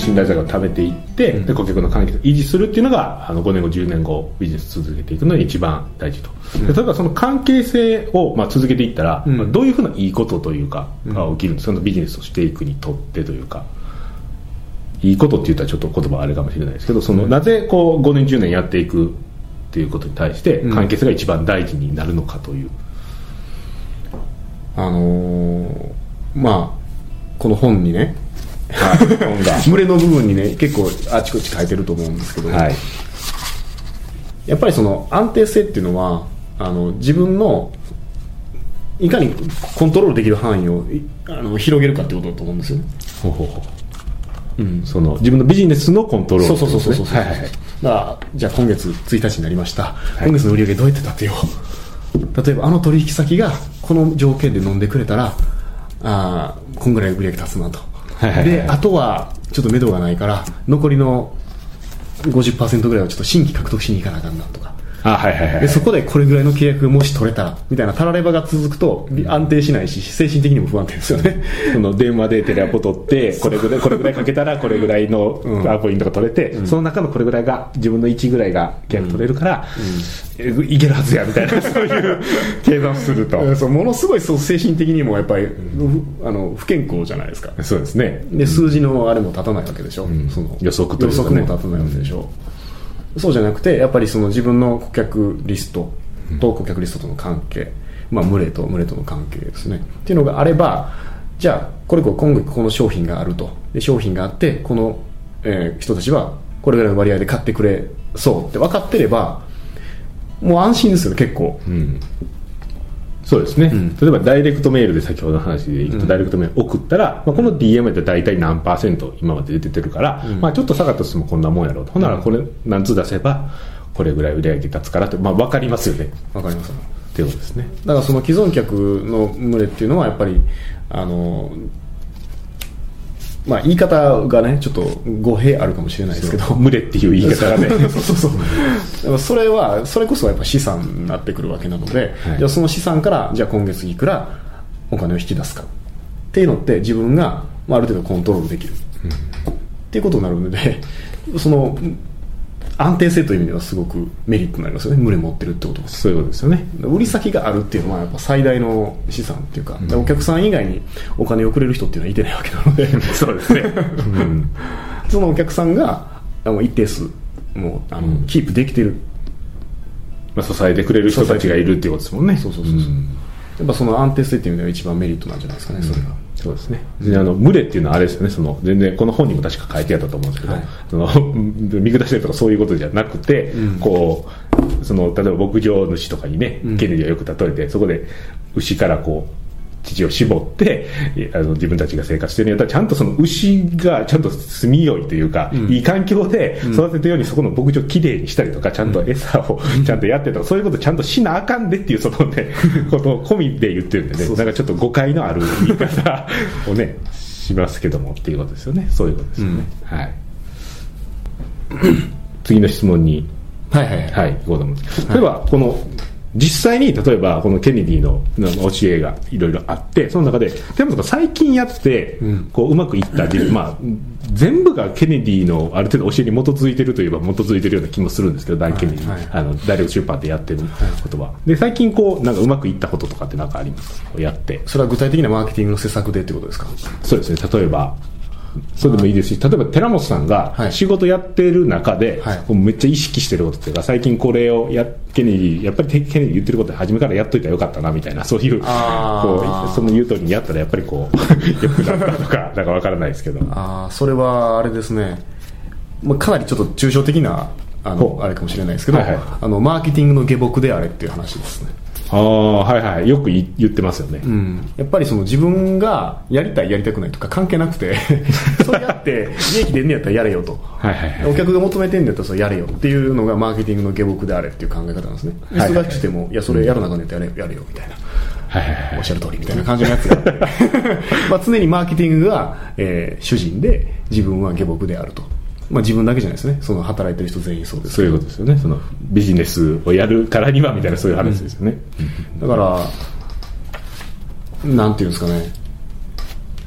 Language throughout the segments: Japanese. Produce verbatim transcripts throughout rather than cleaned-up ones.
信頼材料を貯めていって、うん、で顧客の関係を維持するっていうのがあのごねんごじゅうねんごビジネス続けていくのに一番大事と、うん、で例えばその関係性をまあ続けていったら、うんまあ、どういうふうないいことというかが起きるんですか、うん、そのビジネスをしていくにとってというか、いいことって言ったらちょっと言葉はあれかもしれないですけど、そのなぜこうごねんじゅうねんやっていくっていうことに対して関係性が一番大事になるのかという、 うん、あのー、まあこの本にね、はい、本が群れの部分にね結構あちこち書いてると思うんですけど、はい、やっぱりその安定性っていうのはあの自分のいかにコントロールできる範囲をあの広げるかってことだと思うんですよね。ほうほうほう、うん、その自分のビジネスのコントロール、 そうそうそうそうそう、はいはいはい、だからじゃあ今月ついたちになりました、はい、今月の売り上げどうやって立てよう、例えばあの取引先がこの条件で飲んでくれたらあこんぐらい売り上げ立つなと、はいはいはい、であとはちょっと目処がないから残りの ごじゅっパーセント ぐらいはちょっと新規獲得しに行かなあかんなとか、あ、はいはいはい、でそこでこれぐらいの契約がもし取れたらみたいなたらればが続くと安定しないし精神的にも不安定ですよね。 その電話でテレアポ取ってこれぐらいこれぐらいかけたらこれぐらいのポイントが取れて、うん、その中のこれぐらいが自分のいちぐらいが契約取れるから、うんうん、いけるはずやみたいなそういう計算するとそうものすごいそう精神的にもやっぱり、うん、あの不健康じゃないですか。 そうですね。 で数字のあれも立たないわけでしょ、うん、その予測というか、ね、 予測も立たないわけでしょ、うん、そうじゃなくてやっぱりその自分の顧客リストと顧客リストとの関係、まあ、群れと群れとの関係ですねっていうのがあれば、じゃあこれこ今月この商品があると、で商品があってこの、えー、人たちはこれぐらいの割合で買ってくれそうって分かってればもう安心ですよね結構、うん、 そうですね、うん、例えばダイレクトメールで先ほどの話でいくと、ダイレクトメール送ったら、まあ、この ディーエム って大体何パーセント今まで出てるから、うんまあ、ちょっと下がったとしてもこんなもんやろうと、ほんならこれ何通出せばこれぐらい売り上げ立つからって、まあ、分かりますよね。 分かりますっていうことですね。 だからその既存客の群れっていうのはやっぱりあのまあ言い方がねちょっと語弊あるかもしれないですけど、 群れっていう言い方がねそうそうそうでもそれはそれこそやっぱ資産になってくるわけなので、はい、じゃあその資産からじゃあ今月いくらお金を引き出すかっていうのって自分がある程度コントロールできる、うん、っていうことになるので、その安定性という意味ではすごくメリットになりますよね。群れ持ってるってことです。 そういうことですよね。 売り先があるっていうのはやっぱ最大の資産っていうか、うん、お客さん以外にお金をくれる人っていうのはいてないわけなのでそうですね、うん、 そのお客さんが一定数もうあの、うん、キープできてる、 まあ、支えてくれる人たちがいるっていうことですもんね。 そうそうそうそう、うん、やっぱその安定性っていうのは一番メリットなんじゃないですかね、それが。 そうですね。あの群れっていうのはあれですよね。その全然この本にも確か書いてあったと思うんですけど、はい、その見下してるとかそういうことじゃなくて、うん、こうその例えば牧場主とかにね、うん、ケネディはよく例えて、そこで牛からこう乳を絞ってあの自分たちが生活してるんやったらちゃんとその牛がちゃんと住みよいというか、うん、いい環境で育ててるようにそこの牧場をきれいにしたりとか、ちゃんと餌をちゃんとやってとか、そういうことちゃんとしなあかんでっていうそのねことを込みで言ってるんでね、なんかちょっと誤解のある言い方をねしますけどもっていうことですよね。そういうことですよね、うん、はい次の質問にはいはいはい、 はい、行こうと思うんです。例えばこの実際に例えばこのケネディの教えがいろいろあって、その中ででも最近やってこううまくいった理由、まあ全部がケネディのある程度教えに基づいてるといえば基づいてるような気もするんですけど、ダイケネディ、はいはい、あのダイレクト出版でやってることは、はい、で最近こうなんかうまくいったこととかって何かありますか？やってそれは具体的なマーケティングの施策でってことですか？ そうですね。例えばそれでもいいですし、例えば寺本さんが仕事やってる中で、はい、こうめっちゃ意識してることっていうか、最近これをやケネディやっぱりケネディ言ってることで初めからやっといたらよかったなみたいな、そういうこうその言う通りにやったらやっぱりこう良くなったとかなんか分からないですけど、 あそれはあれですね、まあ、かなりちょっと抽象的なあのあれかもしれないですけど、はいはい、あのマーケティングの下僕であれっていう話ですね。 ああはいはい、よく言ってますよね、 うん、やっぱりその自分がやりたいやりたくないとか関係なくてそれやって利益出んねやったらやれよとはいはい、はい、お客が求めてんねやったらそれやれよっていうのがマーケティングの下僕であれっていう考え方なんですね。忙しくてもいやそれやらなあかんねやったらやれよ、やれよみたいな、はいはいはい、おっしゃる通りみたいな感じのやつがあってまあ常にマーケティングが、えー、主人で自分は下僕であると。まあ、自分だけじゃないですね。その働いてる人全員そうです。 そういうことですよね。そのビジネスをやるからにはみたいなそういう話ですよね、 うん、だからなんていうんですかね、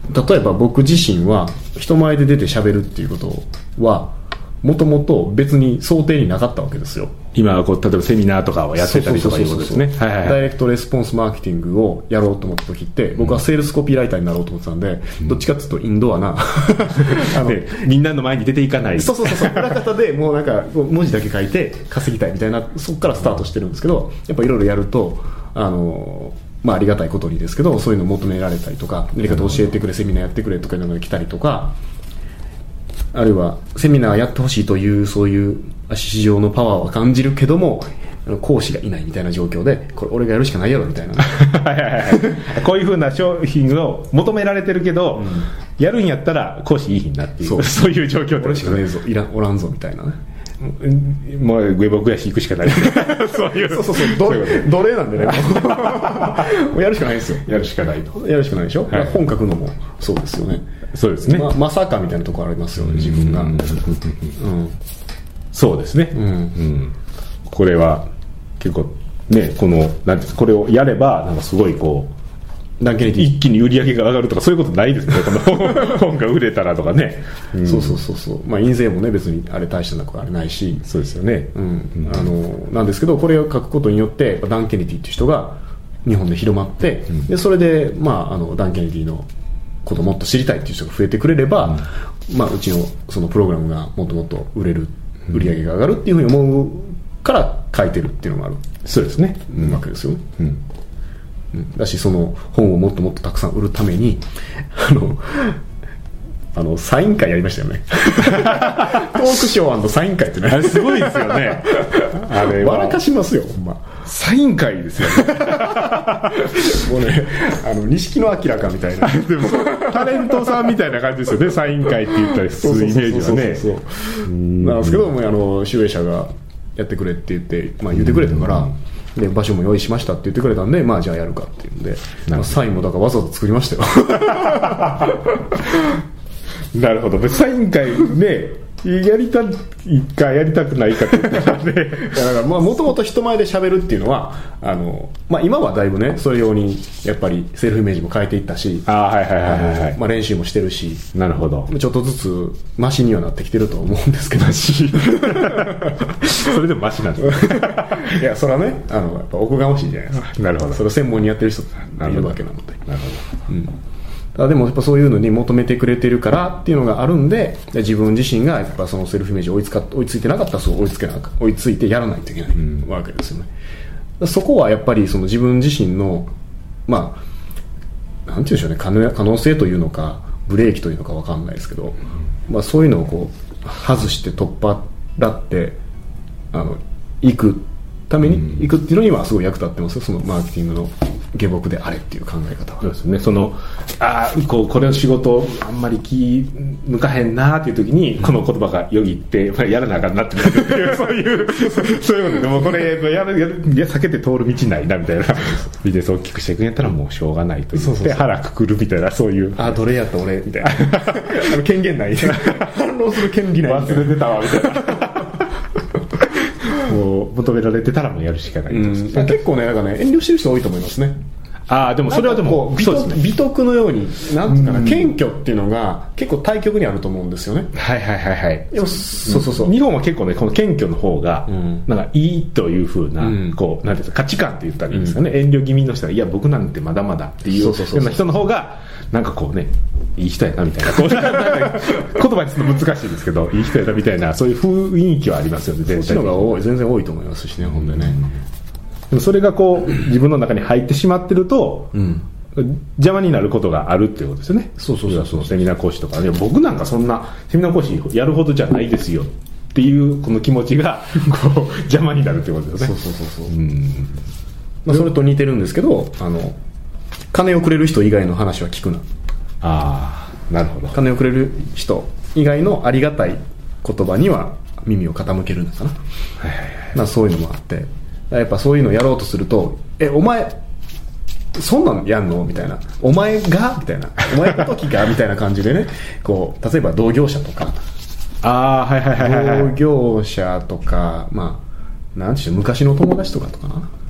例えば僕自身は人前で出て喋るっていうことはもともと別に想定になかったわけですよ。 今こう例えばセミナーとかをやってたりとかいうことですね。 ダイレクトレスポンスマーケティングをやろうと思った時って僕はセールスコピーライターになろうと思ってたんで、うん、どっちかっていうとインドアなあのみんなの前に出ていかない、 そうそうそう裏方でもうなんか文字だけ書いて稼ぎたいみたいな、そこからスタートしてるんですけど、やっぱいろいろやるとあのまあありがたいことにですけど、そういうのを求められたりとか、やり方教えてくれ、セミナーやってくれとかいうのが来たりとか、あるいはセミナーやってほしいというそういう市場のパワーは感じるけども講師がいないみたいな状況で、これ俺がやるしかないやろみたいなこういうふうな商品を求められてるけど、うん、やるんやったら講師いい日になっていう、そう、そういう状況で、 俺しかねえぞ、いらおらんぞみたいなね、 もうウェブ暮らし行くしかないそういうそうそうそう、奴隷なんでねもうやるしかないですよ。 やるしかないとやるしかないでしょ、はい、本書くのもそうですよね。 そうですね、 ま, まさかみたいなところありますよね、自分が。うん、うん、 そうですね、うんうん、これは結構ね、このなんてこれをやればなんかすごいこう一気に売り上げが上がるとかそういうことないですねこの本が売れたらとかね、 うん、そうそうそうそう、まあ印税もね別にあれ大したなくあれないし、 そうですよね、 うん、あのなんですけど、これを書くことによってダン・ケネディっていう人が日本で広まって、うん、でそれで、まあ、あのダン・ケネディのことをもっと知りたいっていう人が増えてくれれば、うんまあ、うちのそのプログラムがもっともっと売れる、売り上げが上がるっていうふうに思うから書いてるっていうのがある、 そうですね、 うん、わけですよね、うんうん、だしその本をもっともっとたくさん売るためにあのあのサイン会やりましたよねトークショー&サイン会ってね、 あれすごいですよねあれ笑かしますよ、ほんまサイン会ですよねもうね、あの錦野旦かみたいなでもタレントさんみたいな感じですよね、サイン会って言ったりするイメージはね。 なんですけども、あの集英社がやってくれって言って、まあ、言ってくれたからで場所も用意しましたって言ってくれたんで、まあじゃあやるかっていうんで、まあ、サインもだからわざわざ作りましたよなるほど、サイン会ねやりたいかやりたくないかって言ったらねだからまあもともと人前で喋るっていうのはあの、まあ、今はだいぶねそれ用にやっぱりセルフイメージも変えていったし、 あ、はいはいはいはい、はい、 まあ、練習もしてるし、 なるほど、 ちょっとずつマシにはなってきてると思うんですけどそれでもマシなんですいやそれはねあのやっぱおこがましいじゃないですか。 なるほど、 それを専門にやってる人いるわけなので、 なるほど、うん、 でもやっぱそういうのに求めてくれてるからっていうのがあるんで、自分自身がやっぱそのセルフイメージ追いつか追いついてなかったらそう追いつけな追いついてやらないといけないわけですよね、うん、そこはやっぱりその自分自身のまあなんていうんでしょうね、可能、可能性というのかブレーキというのか分かんないですけど、まあ、そういうのをこう外して取っ払ってあの行くために行くっていうのにはすごい役立ってますよ、そのマーケティングの下僕であれっていう考え方は。 そうですね、そのあこうこれの仕事あんまり気向かへんなっていう時にこの言葉がよぎってやらなあかんなってなるっていうそういうそういうことでもうこれやるやるいや避けて通る道ないなみたいなビジネスを大きくしていくんやったらもうしょうがないと言って腹くくるみたいな、そういうあどれやった俺みたいなあの権限ない反論する権利ない忘れてたわみたいなもう求められてたらもうやるしかない、うん、 結構ねなんかね遠慮してる人多いと思いますね。 ああでもそれはでも美徳、ね、美徳のようになんていうかな、謙虚っていうのが結構対極にあると思うんですよね。 はいはいはいはい。 そうそうそう。 日本は結構ねこの謙虚の方がなんかいいという風な、うん、こうなんていうか価値観って言ったらいいんですかね、うん、遠慮気味の人はいや僕なんてまだまだっていうような人の方がなんかこうねいい人やなみたいなこう言葉にするの難しいですけどいい人やなみたいなそういう雰囲気はありますよね。 全然多い全然多いと思いますしね、ほんでね。 でもそれがこう自分の中に入ってしまってると、うん、邪魔になることがあるっていうことですよね。 そうそうそうそう。 セミナー講師とかね、僕なんかそんなセミナー講師やるほどじゃないですよっていうこの気持ちがこう邪魔になるっていうことですよね。 そうそうそうそう。うん、まあ、それと似てるんですけど、あの金をくれる人以外の話は聞くな。 ああ、なるほど。 金をくれる人以外のありがたい言葉には耳を傾けるのかな。はいはいはい。まあそういうのもあって。やっぱそういうのをやろうとするとえお前そんなんやんのみたいなお前がみたいなお前の時がみたいな感じでねこう例えば同業者とかあはいはいはいはい同業者とかまあなんていう昔の友達とかとかな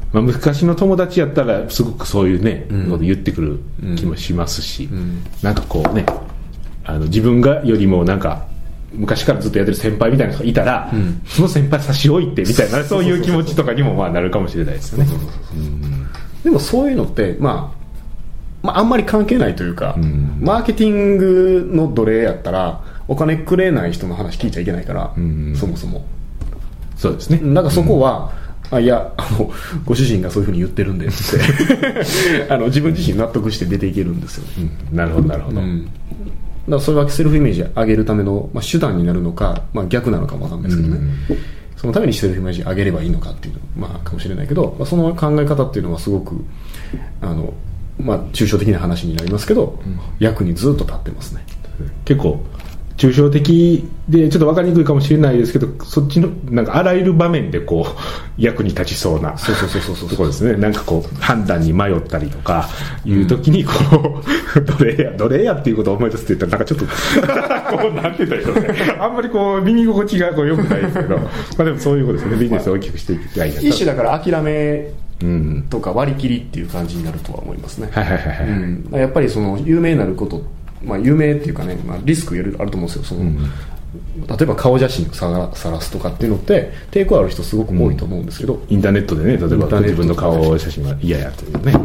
まあ、昔の友達やったらすごくそういうね、うん、こと言ってくる気もしますし、うん、なんかこうねあの自分がよりもなんか昔からずっとやってる先輩みたいな人がいたら、うん、その先輩差し置いてみたいなそういう気持ちとかにもまあなるかもしれないですよね。 でもそういうのって、まあ、まああんまり関係ないというか、うん、マーケティングの奴隷やったらお金くれない人の話聞いちゃいけないから、うん、そもそもそうですね。 だからそこは、うん、あいやあのご主人がそういうふうに言ってるんでってあの自分自身納得して出ていけるんですよ、 うん、なるほどなるほど、うん、 だからそれはセルフイメージ上げるための、まあ、手段になるのか、まあ、逆なのかもわかんないですけどね、うん、そのためにセルフイメージ上げればいいのかっていうの、まあ、かもしれないけど、まあ、その考え方っていうのはすごくあの、まあ、抽象的な話になりますけど、うん、役にずっと立ってますね。 結構抽象的でちょっと分かりにくいかもしれないですけど、そっちのなんかあらゆる場面でこう役に立ちそうなそうそうそうそうそうところですね。なんかこう判断に迷ったりとかいう時にこう、うん、どれやどれやっていうことを思い出すって言ったらなんかちょっとこうなんて言ったらいいですかね、あんまりこう耳心地がこう良くないですけどまあでもそういうことですね。ビジネスを大きくしていきたいなと、 一種だから諦めとか割り切りっていう感じになるとは思いますね。 はいはいはいはい、 うん、やっぱりその有名になること、まあ、有名っていうかね、まあ、リスクいろいろあると思うんですよ。その、うん、例えば顔写真をさらすとかっていうのって抵抗ある人すごく多いと思うんですけど、うん、 インターネットでね、例えば自分の顔写真は嫌やというね、うん、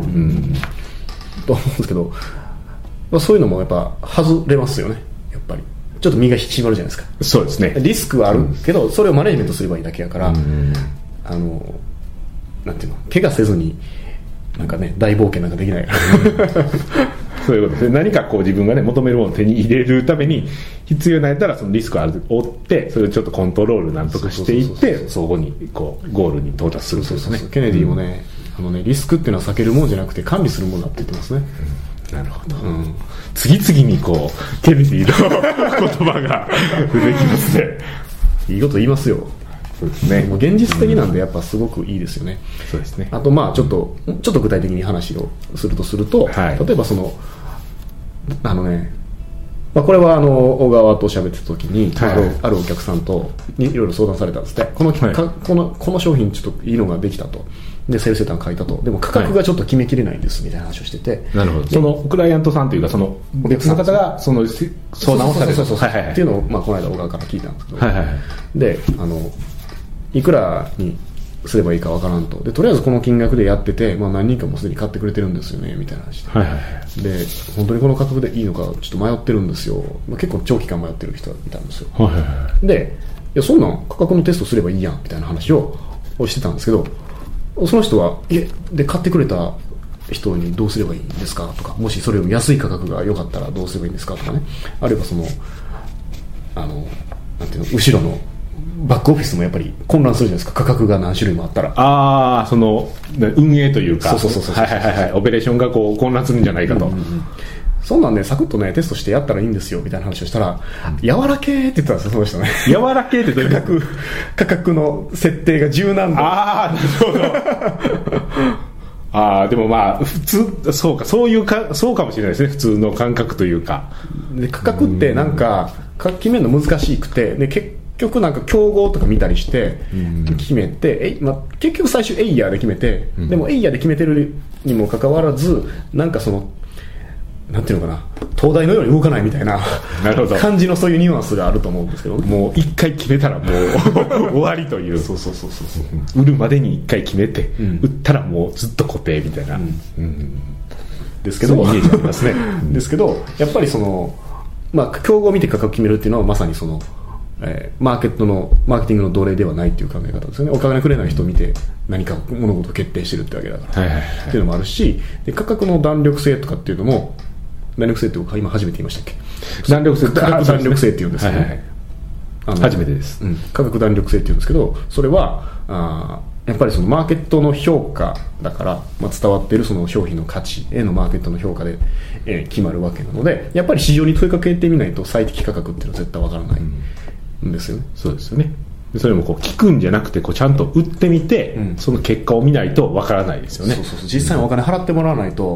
と思うんですけど、まあ、そういうのもやっぱ外れますよね。やっぱりちょっと身が引き締まるじゃないですか。 そうですね。 リスクはあるけど、それをマネジメントすればいいだけやから、うん、あのなんていうの、怪我せずになんかね大冒険なんかできないからそういうことですね。何かこう自分がね求めるものを手に入れるために必要なやったらそのリスクを負ってそれをちょっとコントロールなんとかしていってそこにこうゴールに到達するんですね。そうそうそう。 ケネディもね、うん、あのねリスクっていうのは避けるものじゃなくて管理するものだって言ってますね、 うん、なるほど、うん、次々にこうケネディの言葉が出てきますねいいこと言いますよ。そうですね、もう現実的なんでやっぱすごくいいですよね、 うん、そうですね。 あとまあちょっとちょっと具体的に話をするとすると、はい、例えばそのあのね、まあ、これはあの小川と喋ってた時に、はい、ある、あるお客さんといろいろ相談されたんですって。この、はい、このこの商品ちょっといいのができたと、でセールセーター書いたと、でも価格がちょっと決めきれないんですみたいな話をしてて、 なるほど。そのクライアントさんというかそのお客さんの方がその相談をされたっていうのを、まあ、この間小川から聞いたんですけど、はいはいはい、であのいくらにすればいいかわからんと、でとりあえずこの金額でやってて、まあ、何人かもすでに買ってくれてるんですよねみたいな話で、はいはいはい、で本当にこの価格でいいのかちょっと迷ってるんですよ、まあ、結構長期間迷ってる人がいたんですよ、はいはいはい、でいやそんなん価格のテストすればいいやんみたいな話をしてたんですけど、その人はいえで買ってくれた人にどうすればいいんですかとか、もしそれより安い価格が良かったらどうすればいいんですかとかね、あるいはそのあのなんていうの後ろのバックオフィスもやっぱり混乱するじゃないですか、価格が何種類もあったら。 ああ、その運営というか、 そうそうそうそう、 はいはいはい、オペレーションがこう混乱するんじゃないかと、うんうんうん、 そんなんねサクッとねテストしてやったらいいんですよみたいな話をしたら、うん、柔らけーって言ったんですよその人ね。 柔らけーってどういう価格価格の設定が柔軟度。 ああ、なるほど。ああ、でもまあ普通そうか、そういうかそうかもしれないですね、普通の感覚というか。 で価格ってなんか決めるの難しくて、で結局なんか競合とか見たりして決めて、うんえまあ、結局最終エイヤーで決めて、うん、でもエイヤーで決めてるにもかかわらずなんかそのなんていうのかな、東大のように動かないみたいな感じのそういうニュアンスがあると思うんですけど、 もう一回決めたらもう終わりというそうそうそうそうそう、 売るまでに一回決めて、うん、売ったらもうずっと固定みたいな、うんうん、 ですけどそういうイメージありますねですけどやっぱりその、まあ、競合を見て価格決めるっていうのはまさにそのえー、マーケットのマーケティングの奴隷ではないっていう考え方ですよね。お金くれない人を見て何か物事を決定してるってわけだから、はいはいはい、っていうのもあるし、で価格の弾力性とかっていうのも、弾力性って僕今初めて言いましたっけ？ 弾力性って弾力性って言うんですよね、はいはいはい、 あの初めてです、 うん、価格弾力性って言うんですけど、それはあやっぱりそのマーケットの評価だから、まあ、伝わっているその商品の価値へのマーケットの評価で、えー、決まるわけなので、やっぱり市場に問いかけてみないと最適価格っていうのは絶対わからない、うんですよね。 そうですよね。でそれもこう聞くんじゃなくてこうちゃんと売ってみて、うん、その結果を見ないとわからないですよね。 そうそうそう、実際にお金払ってもらわないと、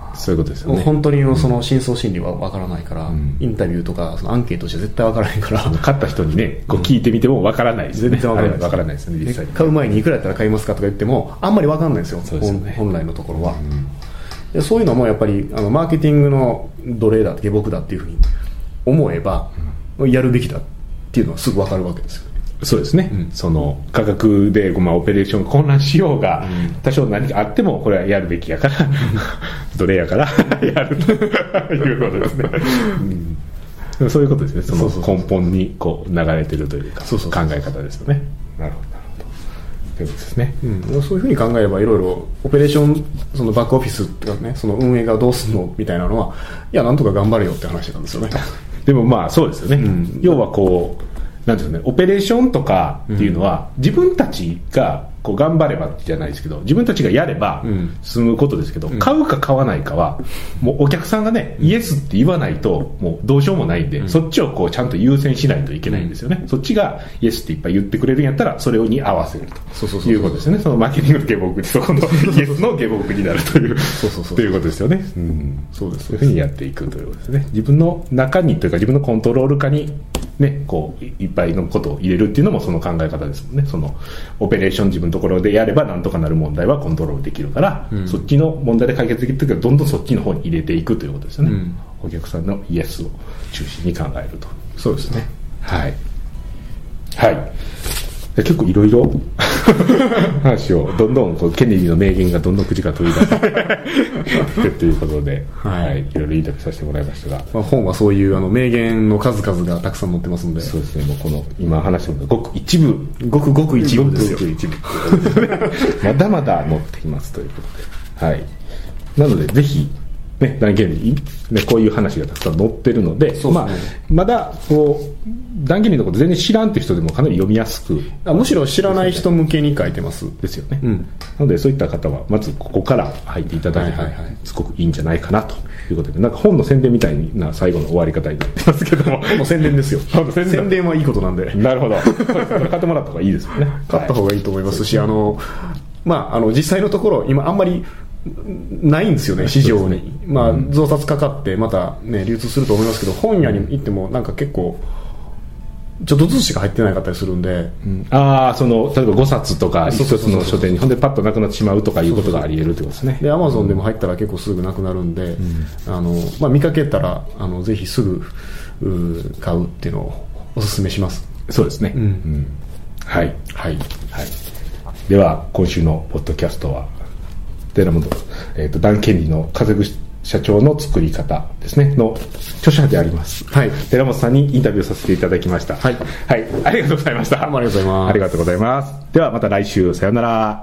そういうことですよね。 本当にその深層心理は分からないから、うん、インタビューとかそのアンケートして絶対分からないから、 買った人にねこう聞いてみても分からないですね、 全然分からないです、 分からないですね。実際買う前にいくらやったら買いますかとか言ってもあんまり分かんないですよ、 そうですよね、 本来のところは、うん、でそういうのもやっぱりあのマーケティングの奴隷だ下僕だっていうふうに思えば、うん、やるべきだっていうのはすぐ分かるわけですよ。 そうですね、うん、その価格で、まあ、オペレーションが混乱しようが、うん、多少何かあってもこれはやるべきやから奴隷やからやるということですね、うん、そういうことですね。その根本にこう流れてるというか考え方ですよね。なるほどなるほどということですね、 うん、そういうふうに考えればいろいろオペレーションそのバックオフィスとかね、その運営がどうするのみたいなのはいやなんとか頑張れよって話なんですよねでもまあそうですよね、うん、要はこうなんていうかね、オペレーションとかっていうのは、うん、自分たちがこう頑張ればじゃないですけど、自分たちがやれば済むことですけど、うん、買うか買わないかはもうお客さんがね、うん、イエスって言わないともうどうしようもないんで、うん、そっちをこうちゃんと優先しないといけないんですよね、うん、そっちがイエスっていっぱい言ってくれるんやったらそれに合わせるということですよね。そのマーケティングの下僕そこのイエスの下僕になるというそうそうそうということですよね、うん、そうです。そういうふうにやっていくということですね。自分の中にというか自分のコントロール下にね、こういっぱいのことを入れるっていうのもその考え方ですもんね。そのオペレーション自分のところでやればなんとかなる問題はコントロールできるから、うん、そっちの問題で解決できるときはどんどんそっちの方に入れていくということですよね、うん、お客さんのイエスを中心に考えると。 そうですね。 はいはい。結構いろいろ話をどんどんこうケネディの名言がどんどん口から飛び出してということで、はいはい、いろいろインタビューさせてもらいましたが、 まあ、本はそういうあの名言の数々がたくさん載ってますので、 そうですね、もうこの今話してもごく一部ごくごく一部ですよ。 ごく一部まだまだ載っていますということで、はい、なのでぜひね、ダン・ケネディ、ね、こういう話がたくさん載ってるので、ね、まあ、まだこうダン・ケネディのこと全然知らんっていう人でもかなり読みやすく、 あむしろ知らない人向けに書いてますですよね、うん、なのでそういった方はまずここから入っていただけたらすごくいいんじゃないかなということで、なんか本の宣伝みたいな最後の終わり方になってますけども本の宣伝ですよ宣伝はいいことなんでなるほど買ってもらった方がいいですよね買った方がいいと思いますし、はい、あのまあ、あの実際のところ今あんまりないんですよね、市場に、ね、まあ、増刷かかってまた、ね、流通すると思いますけど、本屋に行ってもなんか結構ちょっとずつしか入ってなかったりするんで、 うん、ああ、その例えばごさつとか一つの書店にほんでパッとなくなってしまうとかいうことがあり得るってことですね。 で Amazon でも入ったら結構すぐなくなるんで、うん、あのまあ、見かけたらあのぜひすぐ買うっていうのをおすすめします。 そうですね、うんうん、はい、はいはい、では今週のポッドキャストは寺本、えー、とダン・ケネディの風口社長の作り方ですねの著者であります、はい、寺本さんにインタビューさせていただきました。はい、はい、ありがとうございました。 どうもありがとうございます。 ありがとうございます。ではまた来週、さようなら。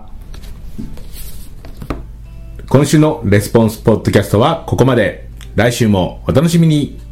今週のレスポンスポッドキャストはここまで。来週もお楽しみに。